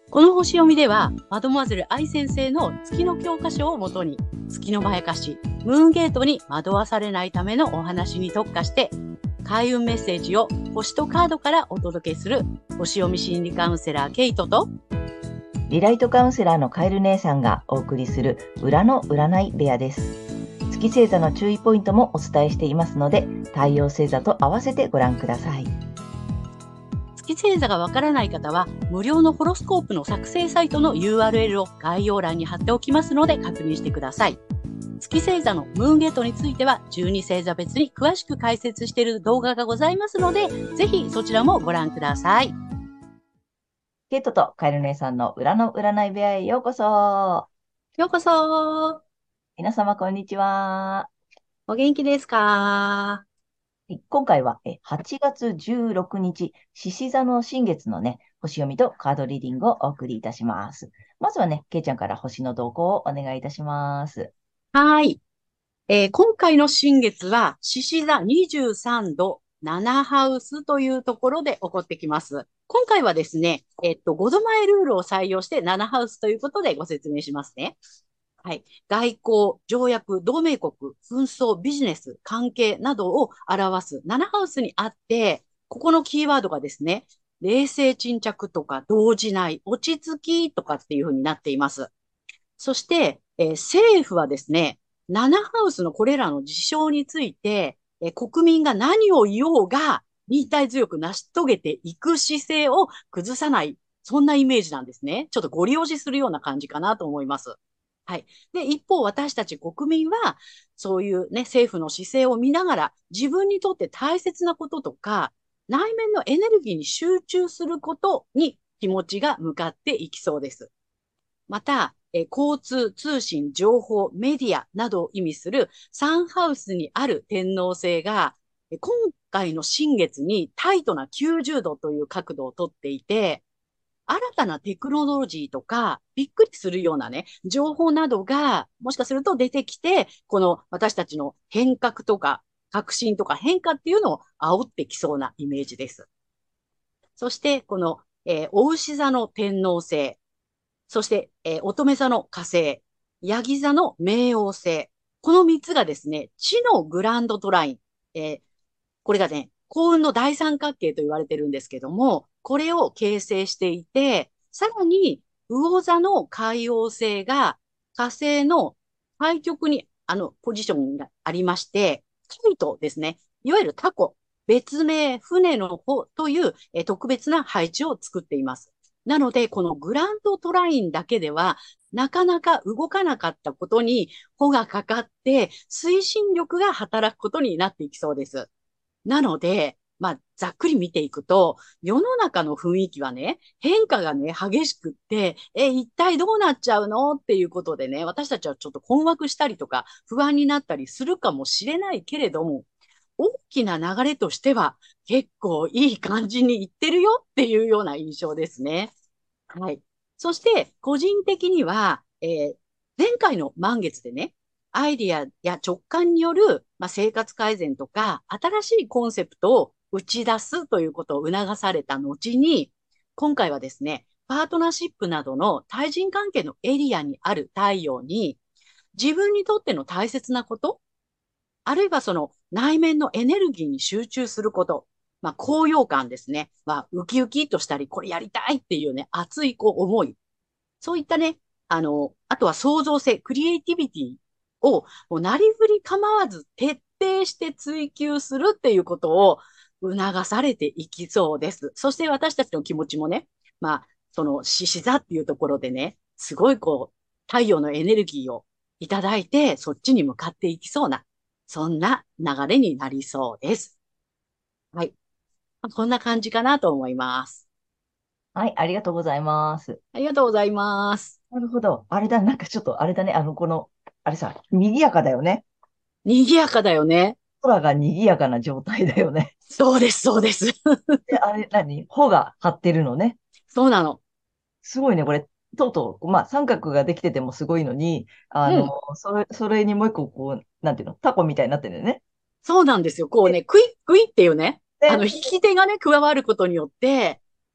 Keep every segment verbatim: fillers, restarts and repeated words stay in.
この星読みでは、マドモアゼル愛先生の月の教科書をもとに、月のまやかし、ムーンゲートに惑わされないためのお話に特化して、開運メッセージを星とカードからお届けする星読み心理カウンセラーケイトと、 リライトカウンセラーのカエル姉さんがお送りする裏の占い部屋です。月星座の注意ポイントもお伝えしていますので、太陽星座と合わせてご覧ください。 月星座がわからない方は、無料のホロスコープの作成サイトの ユーアールエル を概要欄に貼っておきますので確認してください。月星座のムーンゲートについては、じゅうに星座別に詳しく解説している動画がございますので、ぜひそちらもご覧ください。 ケイトとカエル姉さんの裏の占い部屋へようこそ。 ようこそ。 皆様こんにちは。 お元気ですか？ 今回ははちがつじゅうろくにち、獅子座の新月のね、星読みとカードリーディングをお送りいたします。まずはね、ケイちゃんから星の動向をお願いいたします。 はい。えー今回の新月は、獅子座にじゅうさんど、ななハウスというところで起こってきます。今回はですね、えっと、ごどまえルールを採用してななハウスということでご説明しますね。はい。外交、条約、同盟国、紛争、ビジネス、関係などを表すななハウスにあって、ここのキーワードがですね、冷静沈着とか動じない、落ち着きとかっていうふうになっています。そして、えー政府はですね、ななハウスのこれらの事象について、えー国民が何を言おうが、忍耐強く成し遂げていく姿勢を崩さない、そんなイメージなんですね。ちょっとご利用しするような感じかなと思います。はい。で、一方、私たち国民は、そういうね、政府の姿勢を見ながら、自分にとって大切なこととか、内面のエネルギーに集中することに気持ちが向かっていきそうです。また、えー交通、通信、情報、メディアなどを意味するサンハウスにある天王星が、えー今回の新月にタイトなきゅうじゅうどという角度をとっていて、新たなテクノロジーとか、びっくりするようなね、情報などが、もしかすると出てきて、この私たちの変革とか、革新とか変化っていうのを煽ってきそうなイメージです。そして、この、えー、お牛座の天王星、そして、えー乙女座の火星、ヤギ座の冥王星。この三つがですね、地のグランドトライン。えーこれがね、幸運の大三角形と言われてるんですけども、これを形成していて、さらに、魚座の海王星が火星の対極に、あの、ポジションがありまして、タイトですね。いわゆるタコ、別名、船の帆という、えー特別な配置を作っています。なので、このグランドトラインだけでは、なかなか動かなかったことに、帆がかかって、推進力が働くことになっていきそうです。なので、まあ、ざっくり見ていくと、世の中の雰囲気はね、変化がね、激しくって、え、一体どうなっちゃうのっていうことでね、私たちはちょっと困惑したりとか、不安になったりするかもしれないけれども、大きな流れとしては、結構いい感じにいってるよっていうような印象ですね。はい。そして、個人的には、えー前回の満月でね、アイディアや直感による、まあ、生活改善とか、新しいコンセプトを打ち出すということを促された後に、今回はですね、パートナーシップなどの対人関係のエリアにある太陽に、自分にとっての大切なこと、あるいはその内面のエネルギーに集中すること、まあ、高揚感ですね。まあ、ウキウキとしたり、これやりたいっていうね、熱いこう思い。そういったね、あの、あとは創造性、クリエイティビティを、もうなりふり構わず徹底して追求するっていうことを促されていきそうです。そして私たちの気持ちもね、まあ、その獅子座っていうところでね、すごいこう、太陽のエネルギーをいただいて、そっちに向かっていきそうな、そんな流れになりそうです。はい。まあこんな感じかなと思います。 はい、ありがとうございます。 ありがとうございます。 なるほど。あれだ、なんかちょっとあれだね、あの、この、あれさ、賑やかだよね。 賑やかだよね。 空が賑やかな状態だよね。 そうです、そうです。 で、あれ、何帆が張ってるのね。 そうなの。 すごいね、これ。とうとう、まあ、三角ができててもすごいのに、あの、 うん。 それ、それにもう一個、こう、なんていうの、タコみたいになってるんだよね。 そうなんですよ。こうで、 ね、クイックイっていうね、あの、 で、 引き手がね、加わることによって、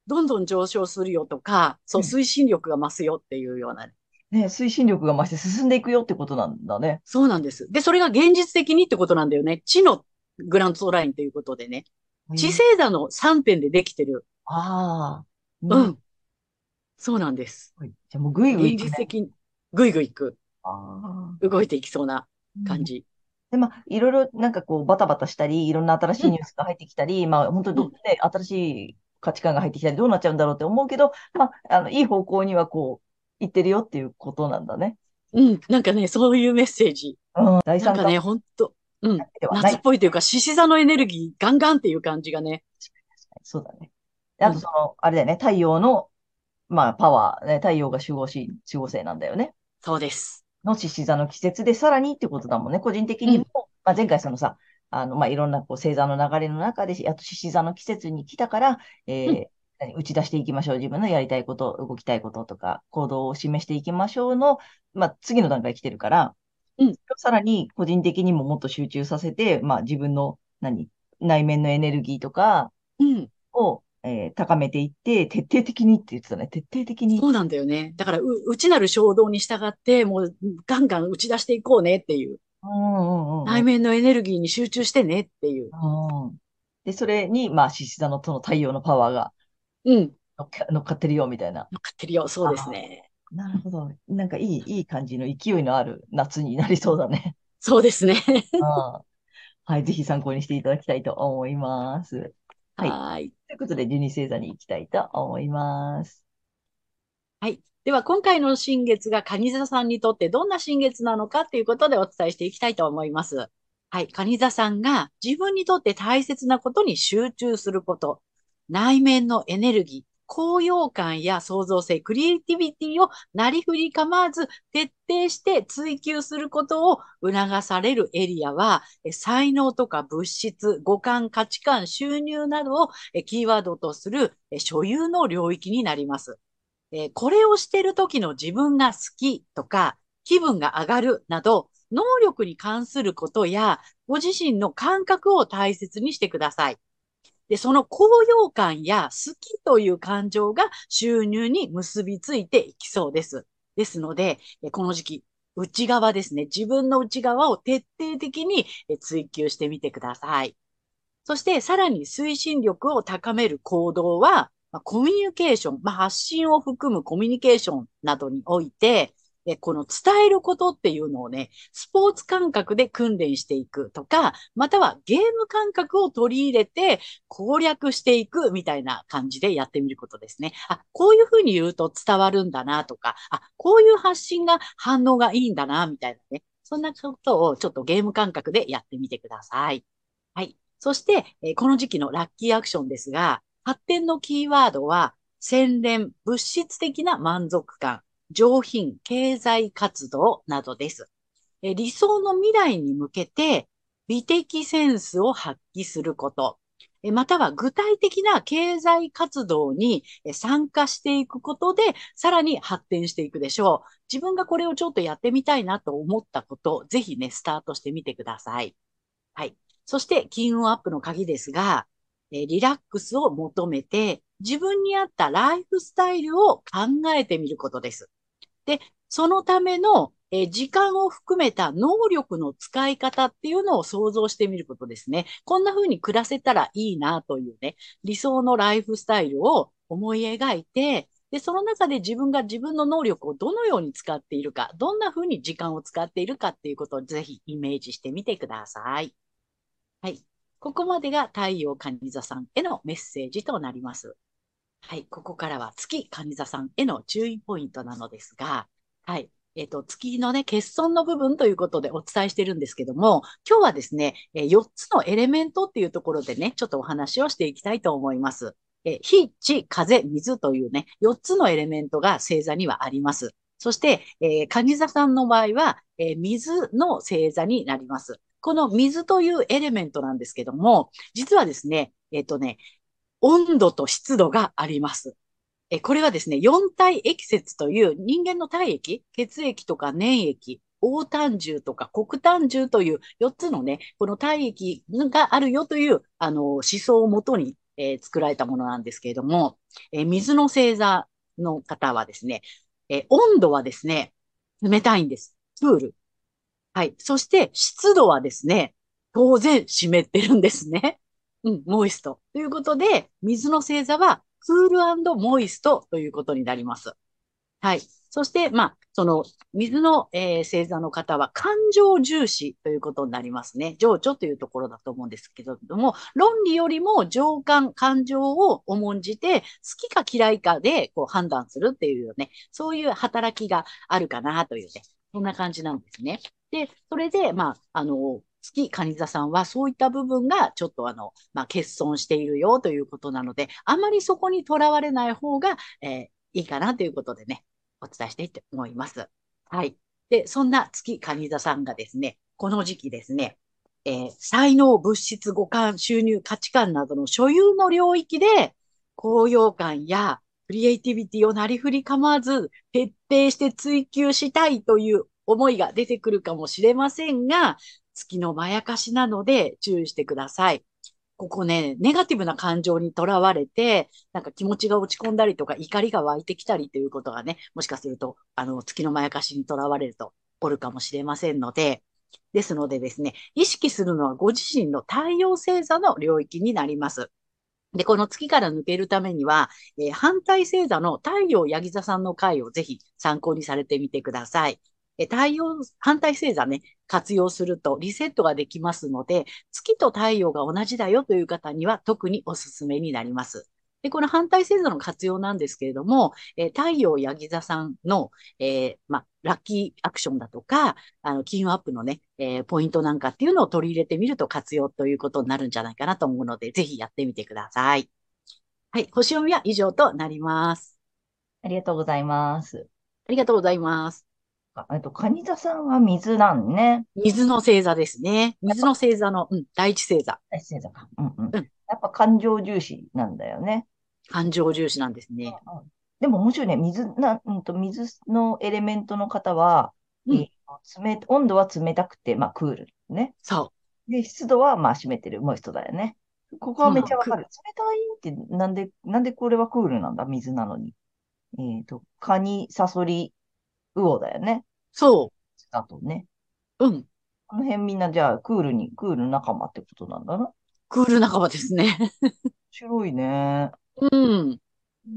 どんどん上昇するよとか、そう、 うん。 推進力が増すよっていうようなね。 ね、推進力が増して進んでいくよってことなんだね。 そうなんです。で、それが現実的にってことなんだよね。地のグラントラインということでね。地へえ。 星座のさんてんでできてる。 ああ、なるうん。そうなんです。 ほど。じゃあもうぐいぐい現行くね。 実的にぐいぐいいく。 ああ。 動いていきそうなうん。 感じ。 で、まあ、いろいろなんかこう、バタバタしたり、いろんな新しうん、 いニュースが入ってきたり、まあ、本当にど、 うん、 ね、新しい価値観が入ってきたり、どうなっちゃうんだろうって思うけど、まあ、あの、いい方向にはこう、行ってるよっていうことなんだね。 うん。なんかね、そういうメッセージ。 うん、第三関なんかね、ほんと、う係ん。 ではない。 夏っぽいというか、獅子座のエネルギーガンガンっていう感じがね。 そうだね。であと、 うん。 その、あれだよね、太陽の、まあ、パワー、ね、太陽が守護し、守護星なんだよね。 そうです。 の獅子座の季節で、さらにってことだもんね。個人的うん、 にも、まあ、前回そのさ、あの、まあ、いろんなこう星座の流れの中で、あと獅子座の季節に来たから、えうん、 ー何打ち出していきましょう。自分のやりたいこと、動きたいこととか、行動を示していきましょうの、まあ、次の段階来てるから、 うん、 さらに個人的にももっと集中させて、まあ、自分の何、内面のエネルギーとかうん。 を、えー高めていって、徹底的にって言ってたね。徹底的に。 そうなんだよね。だから、う、内なる衝動に従って、もう、ガンガン打ち出していこうねっていう。 うんうんうんうん。 内面のエネルギーに集中してねっていう。 うん。で、それに、まあ、獅子座のその太陽のパワーがうん。 乗っか、乗っかってるよ、みたいな。 乗っかってるよ。そうですああ、 ね。 なるほど。なんかいい、いい感じの勢いのある夏になりそうだね。 そうですね。 ああ、はい、ぜひ参考にしていただきたいと思います。はい。 はーい。 ということで、じゅうに星座に行きたいと思います。 はい。では、今回の新月が蟹座さんにとってどんな新月なのかということでお伝えしていきたいと思います。はい。蟹座さんが自分にとって大切なことに集中すること、内面のエネルギー、高揚感や創造性、クリエイティビティをなりふり構わず徹底して追求することを促されるエリアは、え才能とか物質、五感、価値観、収入などをえキーワードとするえ所有の領域になります。えーこれをしてる時の自分が好きとか、気分が上がるなど、能力に関することや、ご自身の感覚を大切にしてください。で、その高揚感や好きという感情が収入に結びついていきそうです。ですので、この時期、内側ですね。自分の内側を徹底的に追求してみてください。そして、さらに推進力を高める行動は、まあ、コミュニケーション、まあ、発信を含むコミュニケーションなどにおいて、えこの伝えることっていうのをね、スポーツ感覚で訓練していくとか、またはゲーム感覚を取り入れて攻略していくみたいな感じでやってみることですね。あ、こういうふうに言うと伝わるんだなとか、あ、こういう発信が反応がいいんだなみたいなね。そんなことをちょっとゲーム感覚でやってみてください。はい。そして、えーこの時期のラッキーアクションですが、発展のキーワードは、洗練、物質的な満足感、上品、経済活動などです。えー理想の未来に向けて、美的センスを発揮すること、えーまたは具体的な経済活動にえー参加していくことで、さらに発展していくでしょう。自分がこれをちょっとやってみたいなと思ったこと、ぜひね、スタートしてみてください。はい。そして、金運アップの鍵ですが、えーリラックスを求めて、自分に合ったライフスタイルを考えてみることです。で、そのための、えー時間を含めた能力の使い方っていうのを想像してみることですね。こんな風に暮らせたらいいなというね、理想のライフスタイルを思い描いて、で、その中で自分が自分の能力をどのように使っているか、どんな風に時間を使っているかっていうことをぜひイメージしてみてください。はい。ここまでが太陽カニ座さんへのメッセージとなります。はい。ここからは月カニ座さんへの注意ポイントなのですが、はい。えっと、月のね、欠損の部分ということでお伝えしてるんですけども、今日はですね、えーよっつのエレメントっていうところでね、ちょっとお話をしていきたいと思います。えー火、地、風、水というね、よっつのエレメントが星座にはあります。そして、えー、蟹座さんの場合は、えー水の星座になります。この水というエレメントなんですけども、実はですね、えっとね、温度と湿度があります。え、これはですね、四体液説という人間の体液、血液とか粘液、黄胆汁とか黒胆汁というよっつのね、この体液があるよという、あの、思想をもとにえー作られたものなんですけれども、えー水の星座の方はですね、えー温度はですね、冷たいんです。プール。はい。そして、湿度はですね、当然湿ってるんですね。うん、モイスト。ということで、水の星座は、クールモイストということになります。はい。そして、まあ、その、水の、えー星座の方は、感情重視ということになりますね。情緒というところだと思うんですけれども、論理よりも情感、感情を重んじて、好きか嫌いかで、こう、判断するっていうね、そういう働きがあるかなというね、そんな感じなんですね。で、それで、まあ、あの、月蟹座さんはそういった部分がちょっとあの、まあ、欠損しているよということなので、あまりそこにとらわれない方が、えーいいかなということでね、お伝えしていって思います。はい。で、そんな月蟹座さんがですね、この時期ですね、えー才能、物質、五感、収入、価値観などの所有の領域で、高揚感やクリエイティビティをなりふり構わず、徹底して追求したいという思いが出てくるかもしれませんが、月のまやかしなので注意してください。ここね、ネガティブな感情にとらわれて、なんか気持ちが落ち込んだりとか、怒りが湧いてきたりということがね、もしかすると、あの、月のまやかしにとらわれると起こるかもしれませんので、ですのでですね、意識するのはご自身の太陽星座の領域になります。で、この月から抜けるためには、えー反対星座の太陽ヤギ座さんの回をぜひ参考にされてみてください。えー太陽、反対星座ね、活用するとリセットができますので、月と太陽が同じだよという方には特におすすめになります。で、この反対星座の活用なんですけれども、えー太陽ヤギ座さんの、えーまあ、ラッキーアクションだとか、あの、金運アップのね、えーポイントなんかっていうのを取り入れてみると活用ということになるんじゃないかなと思うので、ぜひやってみてください。はい、星読みは以上となります。 ありがとうございます。 ありがとうございます。 あえっと、蟹座さんは水なんね。 水の星座ですね。 やっぱ、 水の星座の、うん、第一星座。 あ星座か。うんうん。 うん、 やっぱ感情重視なんだよね。 感情重視なんですね。 うんうん。でも面白いね。水な、うんと、水のエレメントの方は、えーうん、 冷、温度は冷たくて、まあクールね。 そう、 で、湿度はまあ湿ってる、モイストだよね。ここはめっそうなの。く、 ちゃわかる。冷たいってなんで、なんでこれはクールなんだ水なのに。えっと、カニ、サソリ、ウオだよね。 そだとね。 う、うん、 この辺みんなじゃあクールに、クール仲間ってことなんだな。 クール仲間ですね。 白いね。 うん、 うん。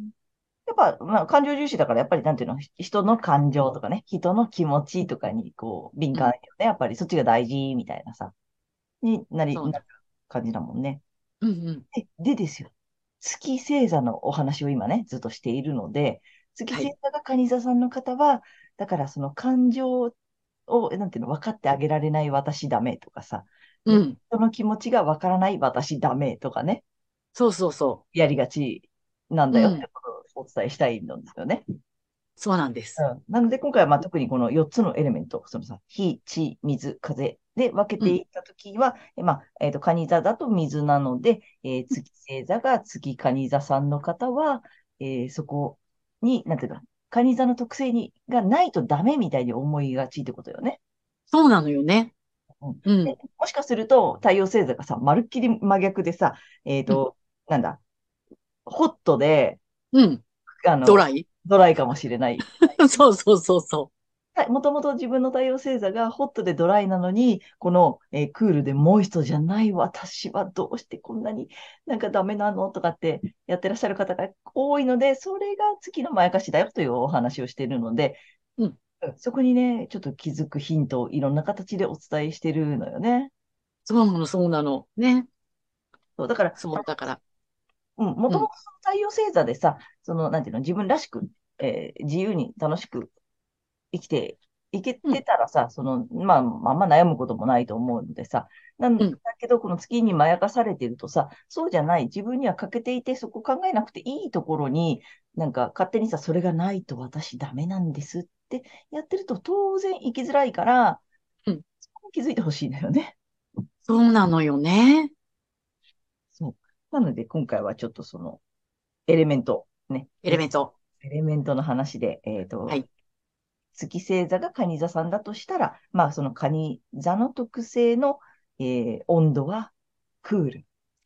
やっぱ、まあ、感情重視だから、やっぱりなんていうの、ひ人の感情とかね、人の気持ちとかに、こう、敏うん、 感よね。やっぱりそっちが大事みたいなさ、になり、なるそうな。 感じだもんね。 うん、うん、 で、でですよ。月星座のお話を今ね、ずっとしているので、月はい、 星座が蟹座さんの方は、だからその感情を、なんていうの、分かってあげられない私ダメとかさ、ね、 うん、 人の気持ちが分からない私ダメとかね、 そうそうそやりがちなんう、 だよってうん、 ことをお伝えしたいんですよね。 そうなんです。 うん。なので、今回はまあ特にこのよっつのエレメント、そのさ、火、地、水、風で分けうん、 ていったときは、えまあ、えっと、蟹座だと水なので、えー月星座が月蟹座さんの方は、えーそこに、なんていうか、蟹座の特性に、がないとダメみたいに思いがちってことよね。 そうなのよね。 うん。で、 うん、 もしかすると、太陽星座がさ、まるっきり真逆でさ、えっうん、 と、なんだ、ホットで、 うん、 あの、 ドライ。 ドライかもしれない。 そうそうそうそはい、もともと自分の太陽星座がホットでドライなのに、この、えークールでモイストじゃない私はどうしてこんなになんかダメなのとかってやってらっしゃる方が多いので、それが月のまやかしだよというお話をしているので、 う。うん、 うんそこにね、ちょっと気づくヒントをいろんな形でお伝えしてるのよね。 そうなの、そうなの。ね。 そうだから、 そう、だから。 うん、もうん、 ともとその太陽星座でさ、その、なんていうの、自分らしく、えー自由に楽しく生きていけてうん、 たらさ、その、まあ、あんま悩むこともないと思うのでさ、なんだうん。 けど、この月にまやかされてるとさ、そうじゃない、自分には欠けていて、そこ考えなくていいところに、なんか勝手にさ、それがないと私ダメなんですってやってると当然生きづらいから、 うん、 そこに気づいてほしいんだよね。 そうなのよね。 そう。なので、今回はちょっとその、エレメント、ね、よエレメント。 エレメントの話で、えっと、 はい。 月星座が蟹座さんだとしたら、まあ、その蟹座の特性の、えー温度はクール。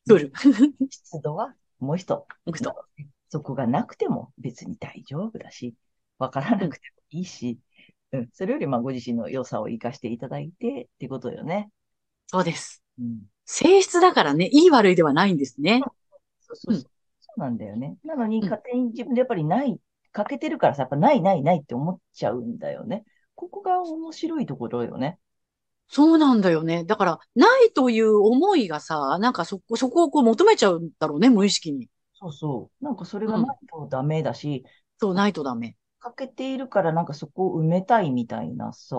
来る。 湿度はもう一な人。 ので、そこがなくても別に大丈夫だし、わからうん。 なくてもいいし、うん、それよりまあご自身の良さを生かしていただいてっていうことよね。 そうです。 うん。 性質だからね、いい悪いではないんですね。 そうそううん。 そう。そうなんだよね。なのに、 うん。 勝手に自分でやっぱりない、欠けてるからさ、やっぱないないないって思っちゃうんだよね。ここが面白いところよね。 そうなんだよね。だから、ないという思いがさ、なんかそこ、そこをこう求めちゃうんだろうね、無意識に。 そうそう。なんかそれがなうん。 いとダメだし、 そう、ないとダメ。 欠けているからなんかそこを埋めたいみたいなさ、 うん。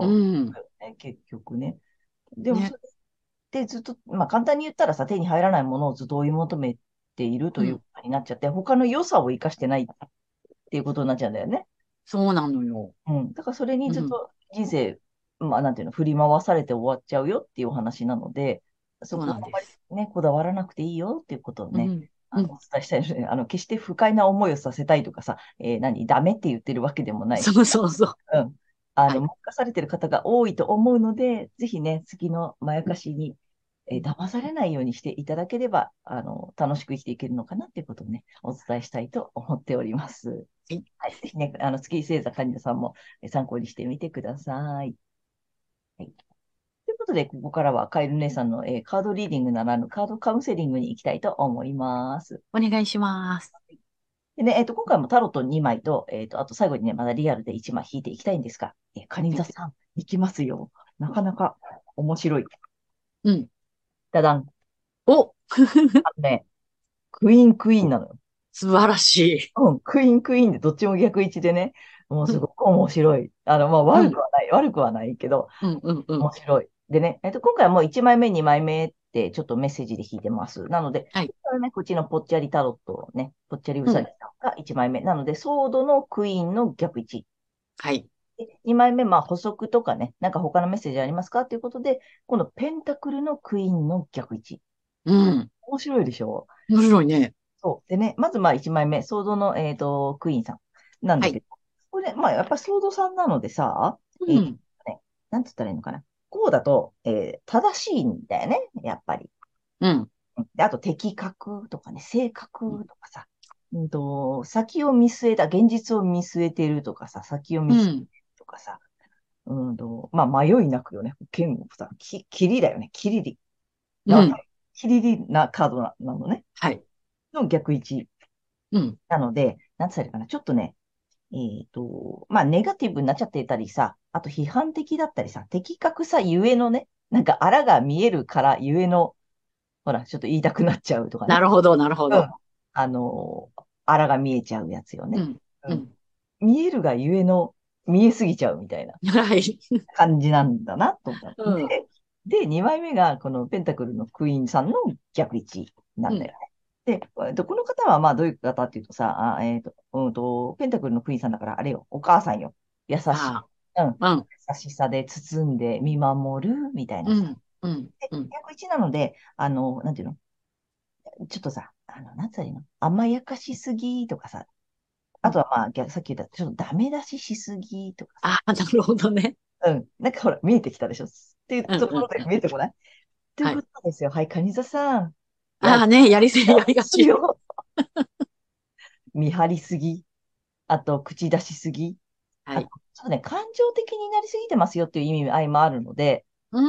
ね、結局ね。でもそね。 れってずっと、まあ簡単に言ったらさ、手に入らないものをずっと追い求めているといううん。 ことになっちゃって、他の良さを生かしてないっていうことになっちゃうんだよね。 そうなのよ。 うん。だからそれにうん。 ずっと人生、まあなんていうの、振り回されて終わっちゃうよっていうお話なので、そそうこはあまりなんです。 ね、こだわらなくていいよっていうことをね、 うん。 あの、おうん。 伝えしたいので、あの、決して不快な思いをさせたいとかさ、えー何、ダメって言ってるわけでもないし、 そうそうそう。 うん。あの、 はい。 任されてる方が多いと思うので、ぜひね、次のまやかしに、えー騙されないようにしていただければ、あの、楽しく生きていけるのかなっていうことをね、お伝えしたいと思っております。 はい。 はい。ぜひね、あの、月星座患者さんもえー参考にしてみてください。はい。ということで、ここからはカエル姉さんの、えーカードリーディングならぬカードカウンセリングに行きたいと思います。 お願いします。 でね、えっと、今回もタロットにまいと、えっと、あと最後にね、まだリアルでいちまい引いていきたいんですが、えー、カニはい。 座さん、いきますよ。なかなか面白い。 うん。 ダダン。 お、 あのね、クイーンクイーンなのよ。 素晴らしい。 うん、クイーンクイーンでどっちも逆位置でね、もううん。 すごく面白い。あの、まあうん。 悪くはない、悪くはないけど、 うん。うん。うん。 面白い。でね、えっと、今回はもういちまいめ、にまいめってちょっとメッセージで引いてます。なので、 はい。 これはね、こっちのぽっちゃりタロットね、ぽっちゃりううん。 さぎさんがいちまいめ。なので、ソードのクイーンの逆位置。 はい。 で、にまいめ、まあ補足とかね、なんか他のメッセージありますかっていうことで、今度ペンタクルのクイーンの逆位置。 うん。 面白いでしょ？ 面白いね。 そう。でね、まずまあいちまいめ、ソードの、えっと、クイーンさんなんはい。 だけど、これ、まあやっぱソードさんなのでさ、えーうん。 ね、なんつったらいいのかな。こうだと、えー正しいんだよね、やっぱり。 うん。 で、あと的確とかね、正確とかさ、うんと、先を見据えた、現実を見据えてるとかさ、先を見据えてるうん。 とかさ、うんと、まあ迷いなくよね、剣をさ、き、キリだよね、キリリ。な、 うん。 キリリなカードな、なのね。 はい。 の逆位置。 うん。 なので、なんつったらいいかな、ちょっとね、えっと、まあ、ネガティブになっちゃってたりさ、あと批判的だったりさ、的確さゆえのね、なんかあらが見えるからゆえの、ほら、ちょっと言いたくなっちゃうとかね。 なるほど、なるほど。 うん。あの、あらが見えちゃうやつよね。 うん。 うん。 うん。 見えるがゆえの、見えすぎちゃうみたいなはい。 感じなんだなと思ったの。 うん。 で、で、にまいめがこのペンタクルのクイーンさんの逆位置なうん。 んだよね。で、えっとこの方はまあどういう方っていうとさ、あ、えっと、うんと、ペンタクルのクイーンさんだから、あれよ、お母さんよ。優しい。 あうん。 あ。うん。 優しさで包んで見守るみたいなさ。 うん。うん。 で、 うん。 逆位置なので、あの、なんていうの、ちょっとさ、あの、なんつうの、甘やかしすぎとかさ、 うん。 あとはまあ、逆さっき言った、ちょっとダメ出ししすぎとかさ、 ああ、なるほどね。 うん。なんかほら、見えてきたでしょっていううん。 ところでうん。うん。 見えてこないというこはい。 とですよ。はい、カニ座さん。やりああね、やりせ、やりがち。 ますよ。見張りすぎ。あと、口出しすぎ。あと、 はい。 そうね、感情的になりすぎてますよっていう意味合いもあるので、 うん。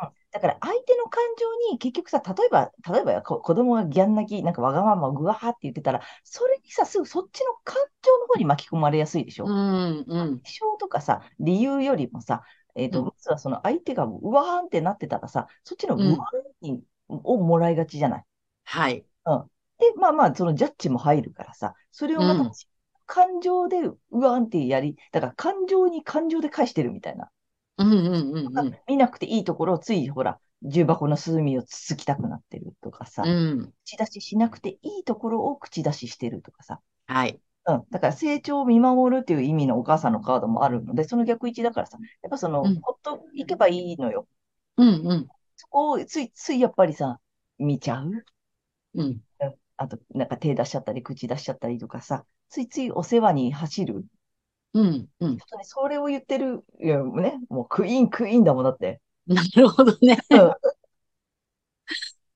うん。だから相手の感情に結局さ、例えば、例えばよこ子供がギャン泣き、なんかわがままをぐわーって言ってたら、それにさ、すぐそっちの感情の方に巻き込まれやすいでしうょ？ ん。うん。 対象とかさ、理由よりもさ、えっと、 うん。 まずはその相手がうわーんってなってたらさ、そっちのうわうん。 ーんにをもらいがちじゃない。 はい。 うん。で、まあまあ、そのジャッジも入るからさ、それをまたうん。 感情でうわーんってやり、だから感情に感情で返してるみたいな。 うん。うん。うん。うん。 見なくていいところをついほら、重箱の隅をつつきたくなってるとかさ、 うん。 口出ししなくていいところを口出ししてるとかさ。 はい。 うん。だから成長を見守るっていう意味のお母さんのカードもあるので、その逆位置だからさ、やっぱその、 うん。 ほっといけばいいのよ。 うん。うん。 そこをついついやっぱりさ、見ちゃう。 うん。 うん。あと、なんか手出しちゃったり、口出しちゃったりとかさ、ついついお世話に走る。 うん。うん。 ちょっとね、それを言ってる、いや、ね、もうクイーンクイーンだもんだって。 なるほどね。 うん。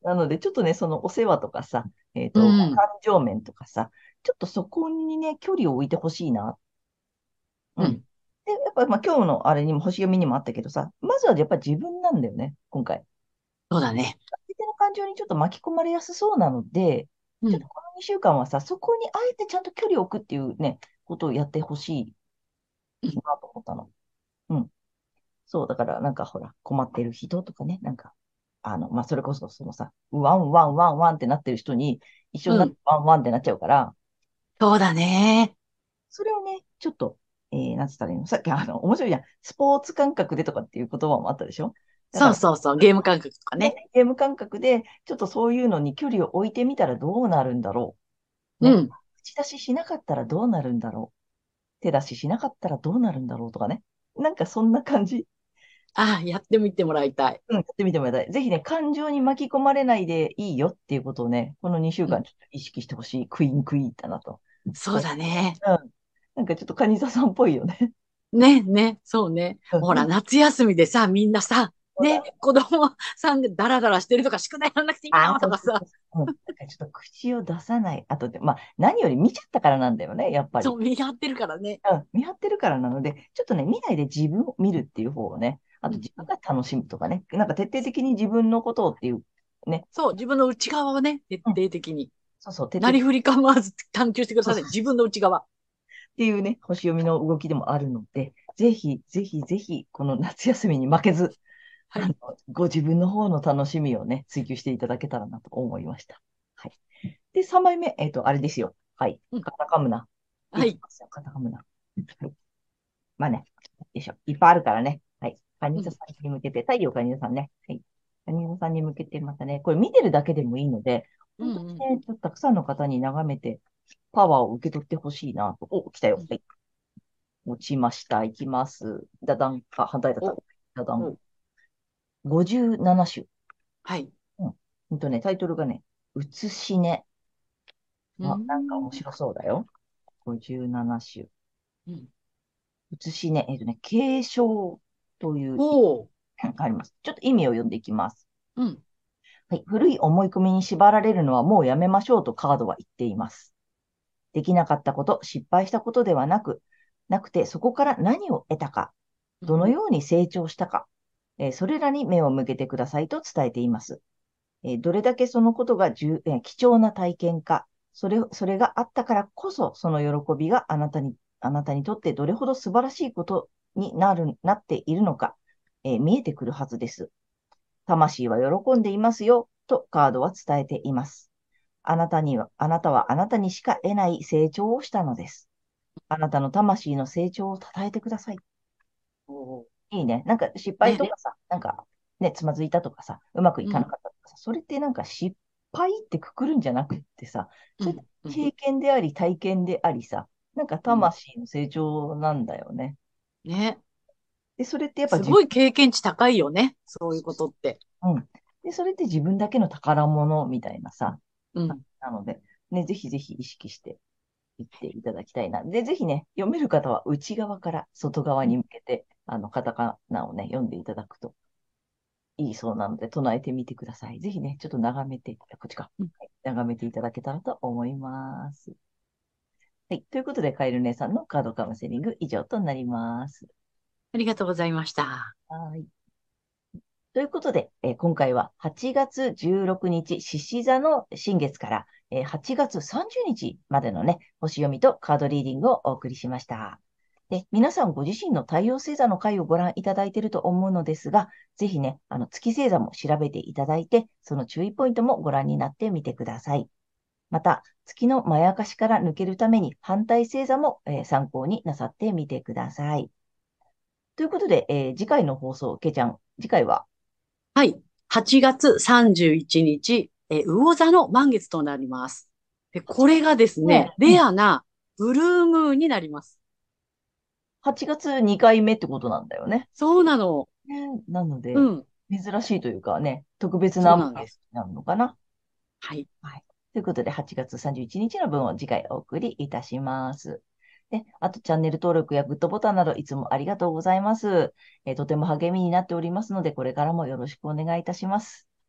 なので、ちょっとね、そのお世話とかさ、えっうと、 ん。 感情面とかさ、ちょっとそこにね、距離を置いてほしいな。うん。 うん。 で、やっぱ、まあ、今日のあれにも、星読みにもあったけどさ、まずはやっぱ自分なんだよね、今回。 そうだね。 相手の感情にちょっと巻き込まれやすそうなので、 うん。 ちょっとこのにしゅうかんはさ、そこにあえてちゃんと距離を置くっていうね、ことをやってほしいうん。 なと思ったの。うん。そう、だからなんかほら、困ってる人とかね、なんか、あの、まあ、それこそそのさ、ワンワンワンワンってなってる人に一緒になってうん。 ワンワンってなっちゃうから、 そうだね。 それをね、ちょっと、えー、なんつったらいいのさっきあの、面白いじゃん。スポーツ感覚でとかっていう言葉もあったでしょ。だから、 そうそうそう。ゲーム感覚とかね。 ね、ゲーム感覚で、ちょっとそういうのに距離を置いてみたらどうなるんだろう。ね。 うん。 口出ししなかったらどうなるんだろう。手出ししなかったらどうなるんだろうとかね。なんかそんな感じ。 ああ、やってみてもらいたい。 うん、やってみてもらいたい。ぜひね、感情に巻き込まれないでいいよっていうことをね、この2週うん。 間ちょっと意識してほしい。クイーンクイーンだなと。 そうね。 だね。 うん。なんかちょっとカニ座さんっぽいよね。 ね、ね、そうね。 うん。 ほら、 でも、 夏休みでさ、みんなさ、ね、 そうだね。 子供さんがダラダラしてるとか、宿題やらなくていいああ、 よとかさ、 そうそうそうそう。うん。だからちょっと口を出さない。あとで、まあ、何より見ちゃったからなんだよね、やっぱり。 そう、見張ってるからね。 うん。見張ってるからなので、ちょっとね、見ないで自分を見るっていう方をね、あうん、 と自うん。 分が楽しむとかね、なんか徹底的に自分のことをっていう、ね。 そう、自分の内側をね、徹うん。 底的に。 そうそう、徹底的に。 なりふり構わず探求してくだそうさい。自分の内側。 っていうね、星読みの動きでもあるので、ぜひ、ぜひ、ぜひ、この夏休みに負けず、あの、 はい。 ご自分の方の楽しみをね、追求していただけたらなと思いました。はい。で、さんまいめ、えっと、あれですよ。はい。 うん。 カタカムナ。 はい。 いきますよ、カタカムナ。はい。まあね、よいしょ。いっぱいあるからね。はい。カニうん。 座さんに向けて、太陽カニ座さんね。はい。カニ座さんに向けてまたね、これ見てるだけでもいいので、本当うん。うん。 にね、ちょっとたくさんの方に眺めて、パワーを受け取ってほしいなと。お、来たよ。 うん。 はい。落ちました。いきます。ダダン。あ、反対だった。 お、 ダダン。 お、 ごじゅうなな種。 はい。 うん。ほんとね、タイトルがね、うつしね。 うあ、なんかん。 面白そうだよ。ごじゅうなな種。 うん。 うつしね。えっとね、継承という意おー。 味があります。ちょっと意味を読んでいきます。 うん。 はい。古い思い込みに縛られるのはもうやめましょうとカードは言っています。できなかったこと、失敗したことではなく、なくて、そこから何を得たか、 うん。 どのように成長したか、えーそれらに目を向けてくださいと伝えています。えーどれだけそのことがじゅ、えー貴重な体験か、それ、それがあったからこそ、その喜びがあなたに、あなたにとってどれほど素晴らしいことになる、なっているのか、えー見えてくるはずです。魂は喜んでいますよ、とカードは伝えています。あなたには、あなたはあなたにしか得ない成長をしたのです。あなたの魂の成長を称えてください。 おー。 いいね。なんか失敗とね。 かさ、なんかね、つまずいたとかさ、うまくいかなうん。 かったとかさ、それってなんか失敗ってくくるんじゃなくってさ、それってうん。うん。 経験であり体験でありさ、なんかうん。 魂の成長なんだよね。 ね。 で、それってやっぱ自分、 すごい経験値高いよね。そういうことって。 うん。で、それって自分だけの宝物みたいなさ、 うん。 なので、ね、ぜひぜひ意識していっていただきたいな。で、ぜひね、読める方は内側から外側に向けて、あの、カタカナをね、読んでいただくといいそうなので、唱えてみてください。ぜひね、ちょっと眺めて、こっちか。 うん。 はい。眺めていただけたらと思います。はい。ということで、カエル姉さんのカードカウンセリング以上となります。 ありがとうございました。 はい。ということで、えー今回ははちがつじゅうろくにち、獅子座の新月から、えーはちがつさんじゅうにちまでのね、星読みとカードリーディングをお送りしました。で、皆さんご自身の太陽星座の回をご覧いただいていると思うのですが、ぜひね、あの月星座も調べていただいて、その注意ポイントもご覧になってみてください。また、月のまやかしから抜けるために反対星座も、えー参考になさってみてください。ということで、えー次回の放送、けいちゃん、次回ははい。はちがつさんじゅういちにち、えー、魚座の満月となります。で、これがですね、 ね、 うん、 レアなブルームーンになります。 はちがつにかいめってことなんだよね。 そうなの。 ね、なので、 うん。 珍しいというかね、特別な満そうなんです。 月になるのかな。 はい。 はい。ということで、はちがつさんじゅういちにちの分を次回お送りいたします。で、あとチャンネル登録やグッドボタンなどいつもありがとうございます。えーとても励みになっておりますので、これからもよろしくお願いいたします。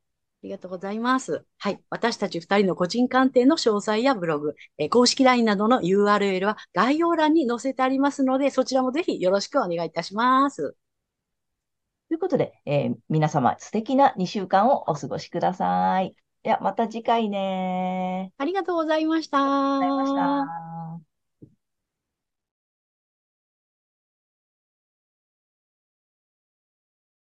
りがとうございます。はい。私たち二人の個人鑑定の詳細やブログ、えー公式 ライン などの ユーアールエル は概要欄に載せてありますので、そちらもぜひよろしくお願いいたします。 ということで、えー皆様素敵なにしゅうかんをお過ごしください。では、また次回ね。 ありがとうございましありがとうございました。 た。